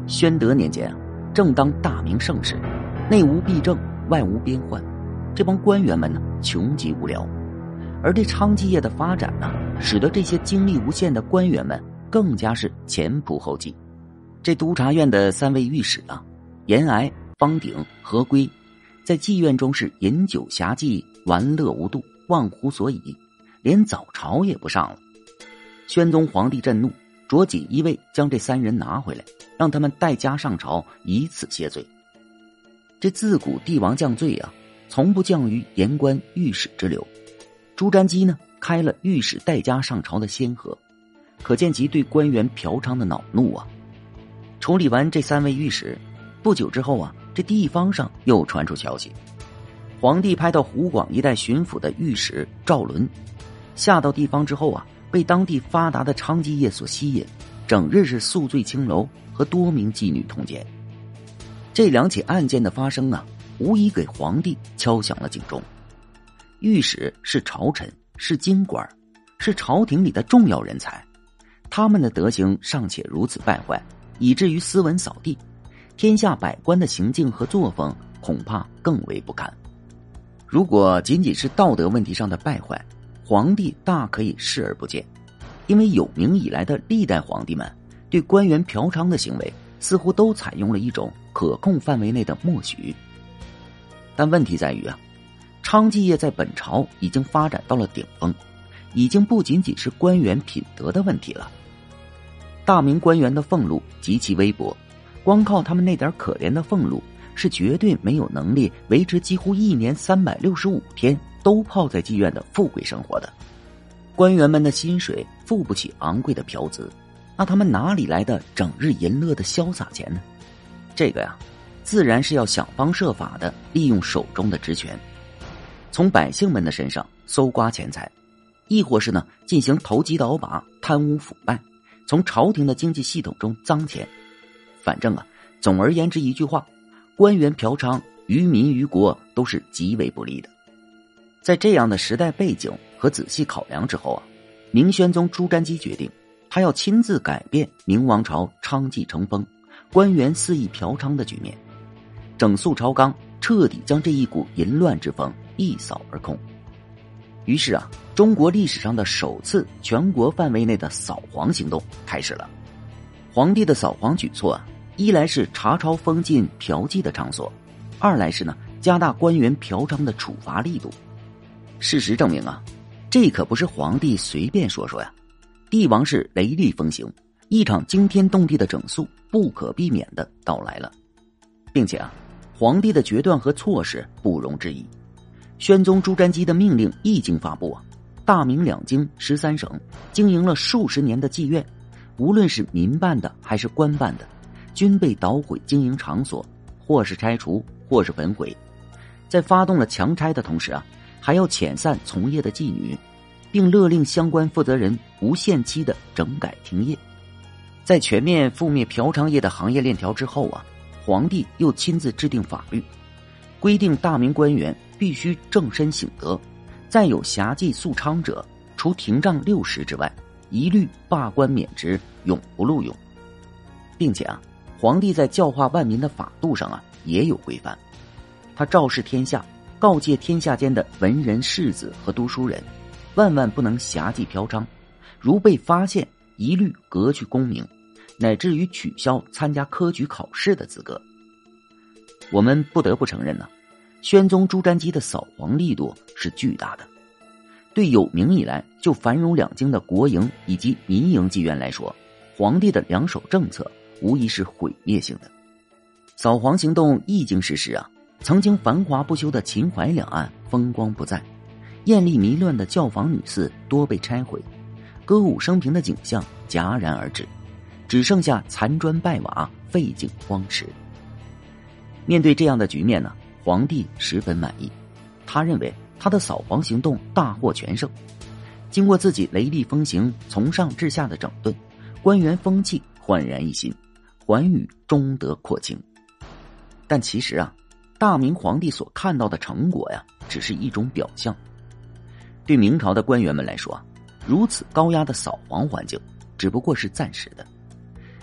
宣德年间正当大明盛世，内无弊政，外无边患，这帮官员们呢穷极无聊。而这娼妓业的发展呢，使得这些精力无限的官员们更加是前仆后继。这督察院的3位御史啊，严癌、方鼎、何圭，在妓院中是饮酒侠妓，玩乐无度，忘乎所以，连早朝也不上了。宣宗皇帝震怒，着锦衣卫将这3人拿回来，让他们带家上朝，以此谢罪。这自古帝王降罪啊，从不降于言官御史之流。朱瞻基呢，开了御史带家上朝的先河，可见其对官员嫖娼的恼怒啊。处理完这3位御史，不久之后啊，这地方上又传出消息，皇帝派到湖广一带巡抚的御史赵伦，下到地方之后啊，被当地发达的娼妓业所吸引，整日是宿醉青楼，和多名妓女通奸。这2起案件的发生啊，无疑给皇帝敲响了警钟。御史是朝臣，是京官，是朝廷里的重要人才，他们的德行尚且如此败坏，以至于斯文扫地，天下百官的行径和作风恐怕更为不堪。如果仅仅是道德问题上的败坏，皇帝大可以视而不见，因为有明以来的历代皇帝们对官员嫖娼的行为似乎都采用了一种可控范围内的默许。但问题在于啊，娼妓业在本朝已经发展到了顶峰，已经不仅仅是官员品德的问题了。大明官员的俸禄极其微薄，光靠他们那点可怜的俸禄是绝对没有能力维持几乎1年365天都泡在妓院的富贵生活的。官员们的薪水付不起昂贵的嫖资，那他们哪里来的整日淫乐的潇洒钱呢？这个呀，自然是要想方设法的利用手中的职权，从百姓们的身上搜刮钱财，亦或是呢进行投机倒把、贪污腐败，从朝廷的经济系统中脏钱。反正啊，总而言之一句话，官员嫖娼于民于国都是极为不利的。在这样的时代背景和仔细考量之后啊，明宣宗朱瞻基决定，他要亲自改变明王朝娼妓成风、官员肆意嫖娼的局面，整肃朝纲，彻底将这一股淫乱之风一扫而空。于是啊，中国历史上的首次全国范围内的扫黄行动开始了。皇帝的扫黄举措啊，一来是查抄封禁嫖妓的场所，二来是呢加大官员嫖娼的处罚力度。事实证明啊，这可不是皇帝随便说说呀，帝王是雷厉风行，一场惊天动地的整肃不可避免的到来了。并且啊，皇帝的决断和措施不容置疑。宣宗朱瞻基的命令一经发布啊，大明两京13省经营了数十年的妓院，无论是民办的还是官办的，均被捣毁经营场所，或是拆除，或是焚毁。在发动了强拆的同时啊，还要遣散从业的妓女，并勒令相关负责人无限期的整改停业。在全面覆灭嫖娼业的行业链条之后啊，皇帝又亲自制定法律，规定大明官员必须正身省德，再有侠妓宿娼者，除停杖6时之外，一律罢官免职，永不录用。并且啊，皇帝在教化万民的法度上啊也有规范。他昭示天下，告诫天下间的文人士子和读书人，万万不能侠妓嫖娼，如被发现，一律革去功名，乃至于取消参加科举考试的资格。我们不得不承认呢，宣宗朱瞻基的扫黄力度是巨大的。对有明以来就繁荣两京的国营以及民营妓院来说，皇帝的两手政策无疑是毁灭性的。扫黄行动一经实施啊，曾经繁华不休的秦淮两岸风光不再，艳丽迷乱的教坊女寺多被拆毁，歌舞升平的景象戛然而止，只剩下残砖败瓦，废景荒池。面对这样的局面呢，皇帝十分满意，他认为他的扫黄行动大获全胜。经过自己雷厉风行、从上至下的整顿，官员风气焕然一新，寰宇终得廓清。但其实啊，大明皇帝所看到的成果呀，只是一种表象。对明朝的官员们来说啊，如此高压的扫黄环境只不过是暂时的。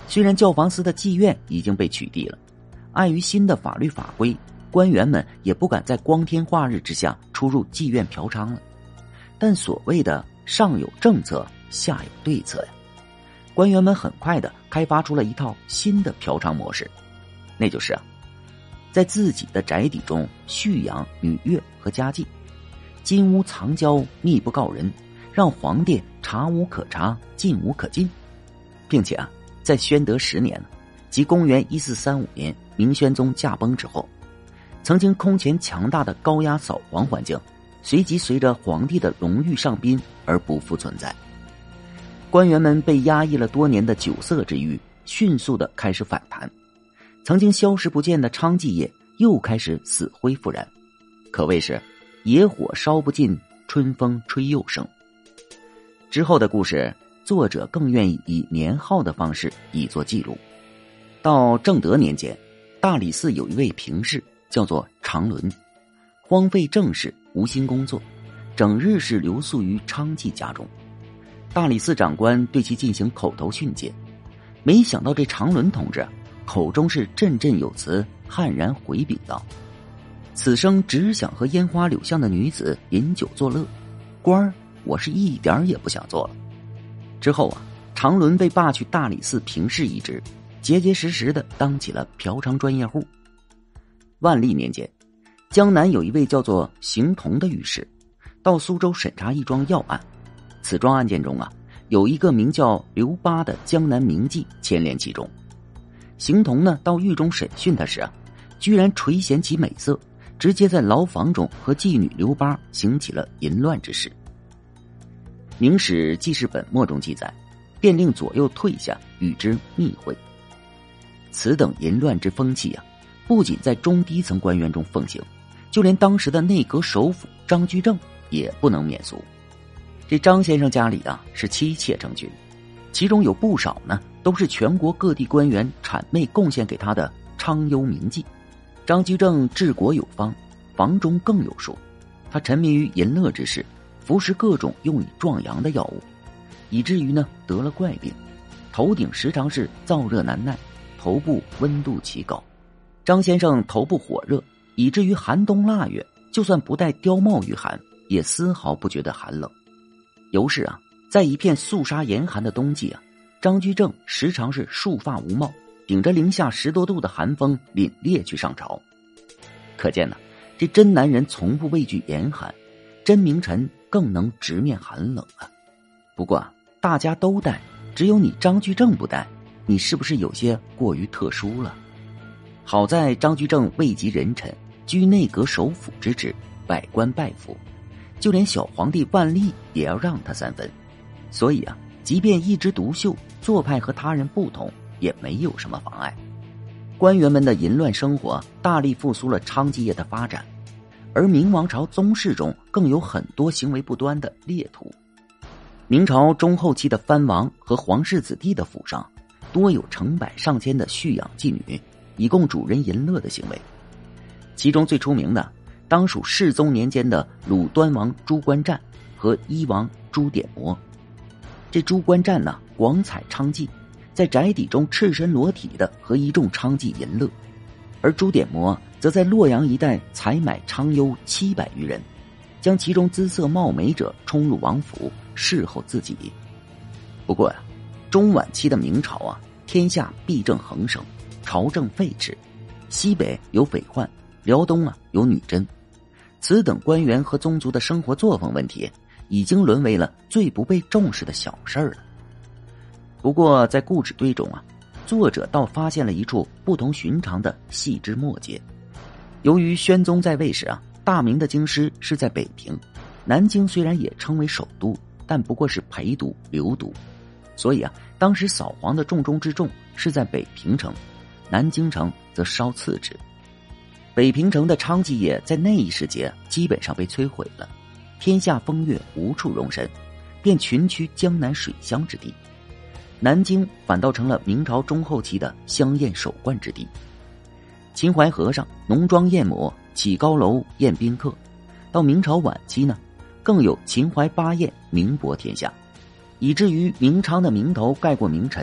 虽然教坊司的妓院已经被取缔了，碍于新的法律法规，官员们也不敢在光天化日之下出入妓院嫖娼了。但所谓的上有政策，下有对策呀。官员们很快的开发出了一套新的嫖娼模式，那就是在自己的宅邸中蓄养女乐和家妓，金屋藏娇，密不告人，让皇帝查无可查，进无可进。并且在宣德10年，即公元1435年明宣宗驾崩之后，曾经空前强大的高压扫黄环境随即随着皇帝的荣誉上宾而不复存在。官员们被压抑了多年的酒色之欲迅速的开始反弹，曾经消失不见的娼妓业又开始死灰复燃，可谓是野火烧不尽，春风吹又生。之后的故事，作者更愿意以年号的方式以作记录。到正德年间，大理寺有一位平氏叫做常伦，荒废政事，无心工作，整日是留宿于娼妓家中。大理寺长官对其进行口头训诫，没想到这常伦同志口中是振振有词，悍然回禀道：此生只想和烟花柳巷的女子饮酒作乐，官儿我是一点也不想做了。之后常伦被罢去大理寺平氏一职，结结实实的当起了嫖娼专业户。万历年间，江南有一位叫做邢同的御史，到苏州审查一桩要案。此桩案件中有一个名叫刘八的江南名妓牵连其中。邢同呢，到狱中审讯他时居然垂涎其美色，直接在牢房中和妓女刘八行起了淫乱之事。明史记事本末中记载，便令左右退下，与之密会。此等淫乱之风气不仅在中低层官员中奉行，就连当时的内阁首辅张居正也不能免俗。这张先生家里是妻妾成群，其中有不少呢都是全国各地官员谄媚贡献给他的昌优名妓。张居正治国有方，房中更有数，他沉迷于淫乐之事，服食各种用以壮阳的药物，以至于呢得了怪病，头顶时常是燥热难耐，头部温度奇高。张先生头部火热，以至于寒冬腊月就算不戴貂帽御寒，也丝毫不觉得寒冷。由是在一片肃杀严寒的冬季张居正时常是束发无帽，顶着零下10多度的寒风凛冽去上朝。可见这真男人从不畏惧严寒，真名臣更能直面寒冷不过大家都戴，只有你张居正不戴，你是不是有些过于特殊了？好在张居正位极人臣，居内阁首辅之职，百官拜服，就连小皇帝万历也要让他3分，所以即便一枝独秀，做派和他人不同，也没有什么妨碍。官员们的淫乱生活大力复苏了娼妓业的发展，而明王朝宗室中更有很多行为不端的劣徒。明朝中后期的藩王和皇室子弟的府上，多有成百上千的蓄养妓女，以供主人淫乐的行为。其中最出名的当属世宗年间的鲁端王朱观湛和伊王朱典谟。这朱观湛广采娼妓，在宅邸中赤身裸体的和一众娼妓淫乐，而朱典谟则在洛阳一带采买娼优700余人，将其中姿色貌美者冲入王府，侍候自己。不过中晚期的明朝天下弊政横生，朝政废弛，西北有匪患，辽东有女真，此等官员和宗族的生活作风问题已经沦为了最不被重视的小事了。不过在故纸堆中作者倒发现了一处不同寻常的细枝末节。由于宣宗在位时大明的京师是在北平，南京虽然也称为首都，但不过是陪都留都，所以当时扫黄的重中之重是在北平城，南京城则稍次之。北平城的娼妓业在那一时节基本上被摧毁了，天下风月无处容身，便群居江南水乡之地。南京反倒成了明朝中后期的香艳首冠之地。秦淮河上浓妆艳抹，起高楼宴宾客，到明朝晚期呢，更有秦淮八艳名播天下，以至于明昌的名头盖过名臣，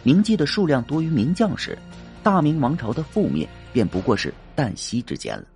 名妓的数量多于名将时，大明王朝的覆灭便不过是旦夕之间了。